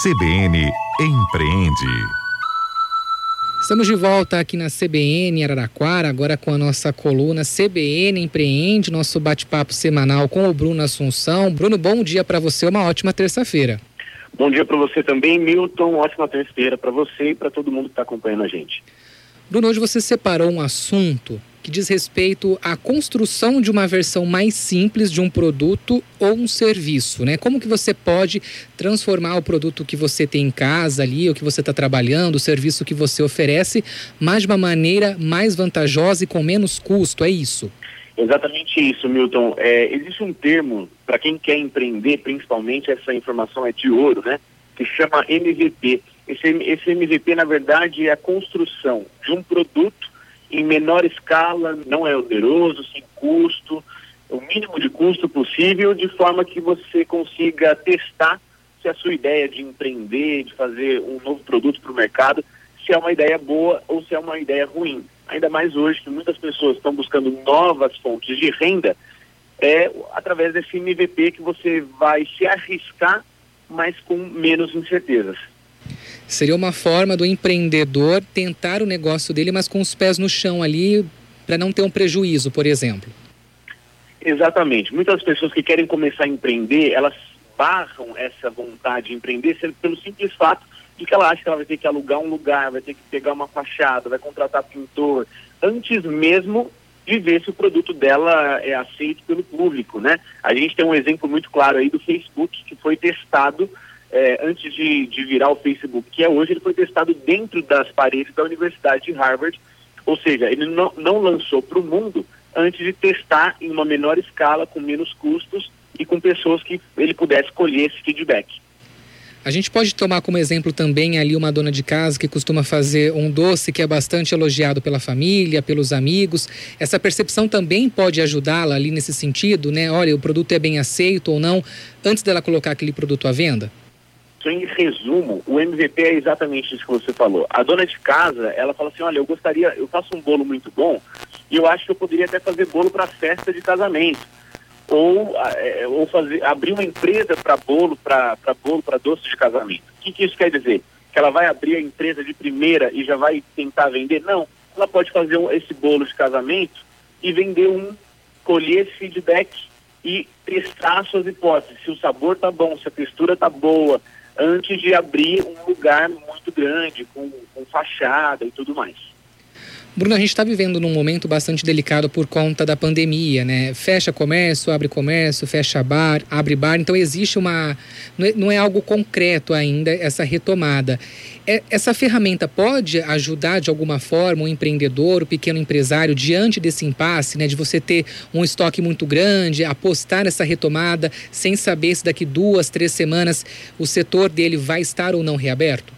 CBN Empreende. Estamos de volta aqui na CBN Araraquara, agora com a nossa coluna CBN Empreende, nosso bate-papo semanal com o Bruno Assunção. Bruno, bom dia para você, uma ótima terça-feira. Bom dia para você também, Milton, ótima terça-feira para você e para todo mundo que está acompanhando a gente. Bruno, hoje você separou um assunto que diz respeito à construção de uma versão mais simples de um produto ou um serviço, né? Como que você pode transformar o produto que você tem em casa ali, o que você está trabalhando, o serviço que você oferece, mas de uma maneira mais vantajosa e com menos custo, é isso? Exatamente isso, Milton. Existe um termo, para quem quer empreender, principalmente, essa informação é de ouro, né? Que chama MVP. Esse MVP, na verdade, é a construção de um produto em menor escala, não é oneroso, sem custo, o mínimo de custo possível, de forma que você consiga testar se a sua ideia de empreender, de fazer um novo produto para o mercado, se é uma ideia boa ou se é uma ideia ruim. Ainda mais hoje que muitas pessoas estão buscando novas fontes de renda, é através desse MVP que você vai se arriscar, mas com menos incertezas. Seria uma forma do empreendedor tentar o negócio dele, mas com os pés no chão ali, para não ter um prejuízo, por exemplo. Exatamente. Muitas pessoas que querem começar a empreender, elas barram essa vontade de empreender pelo simples fato de que ela acha que ela vai ter que alugar um lugar, vai ter que pegar uma fachada, vai contratar pintor, antes mesmo de ver se o produto dela é aceito pelo público, né? A gente tem um exemplo muito claro aí do Facebook, que foi testado antes de virar o Facebook, que é hoje, ele foi testado dentro das paredes da Universidade de Harvard, ou seja, ele não lançou para o mundo antes de testar em uma menor escala, com menos custos e com pessoas que ele pudesse colher esse feedback. A gente pode tomar como exemplo também ali uma dona de casa que costuma fazer um doce que é bastante elogiado pela família, pelos amigos. Essa percepção também pode ajudá-la ali nesse sentido, né? Olha, o produto é bem aceito ou não, antes dela colocar aquele produto à venda? Em resumo, o MVP é exatamente isso que você falou. A dona de casa, ela fala assim, olha, eu faço um bolo muito bom e eu acho que eu poderia até fazer bolo para festa de casamento. Ou abrir uma empresa para bolo, para doce de casamento. O que isso quer dizer? Que ela vai abrir a empresa de primeira e já vai tentar vender? Não. Ela pode fazer esse bolo de casamento e vender colher esse feedback e testar suas hipóteses. Se o sabor tá bom, se a textura tá boa, antes de abrir um lugar muito grande, com fachada e tudo mais. Bruno, a gente está vivendo num momento bastante delicado por conta da pandemia, né? Fecha comércio, fecha bar, abre bar, então existe não é algo concreto ainda essa retomada. Essa ferramenta pode ajudar de alguma forma o empreendedor, o pequeno empresário, diante desse impasse, né? De você ter um estoque muito grande, apostar nessa retomada, sem saber se daqui 2, 3 semanas o setor dele vai estar ou não reaberto?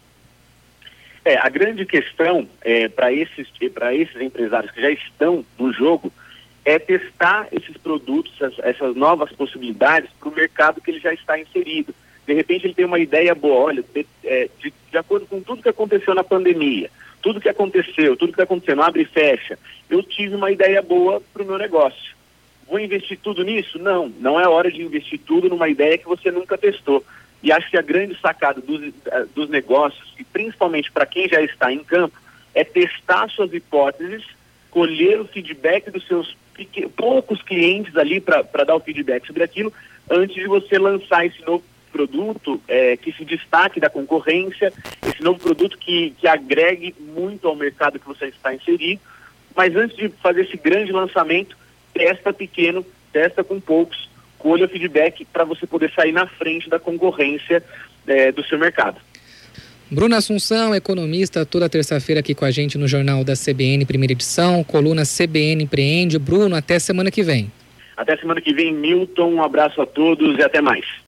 A grande questão para esses empresários que já estão no jogo é testar esses produtos, essas novas possibilidades para o mercado que ele já está inserido. De repente ele tem uma ideia boa, olha, de acordo com tudo que aconteceu na pandemia, tudo que está acontecendo, abre e fecha, eu tive uma ideia boa para o meu negócio. Vou investir tudo nisso? Não é hora de investir tudo numa ideia que você nunca testou. E acho que a grande sacada dos negócios, e principalmente para quem já está em campo, é testar suas hipóteses, colher o feedback dos seus poucos clientes ali para dar o feedback sobre aquilo, antes de você lançar esse novo produto que se destaque da concorrência, esse novo produto que agregue muito ao mercado que você está inserido. Mas antes de fazer esse grande lançamento, testa pequeno, testa com poucos, colha o feedback para você poder sair na frente da concorrência do seu mercado. Bruno Assunção, economista, toda terça-feira aqui com a gente no Jornal da CBN, primeira edição, coluna CBN Empreende. Bruno, até semana que vem. Até semana que vem, Milton. Um abraço a todos e até mais.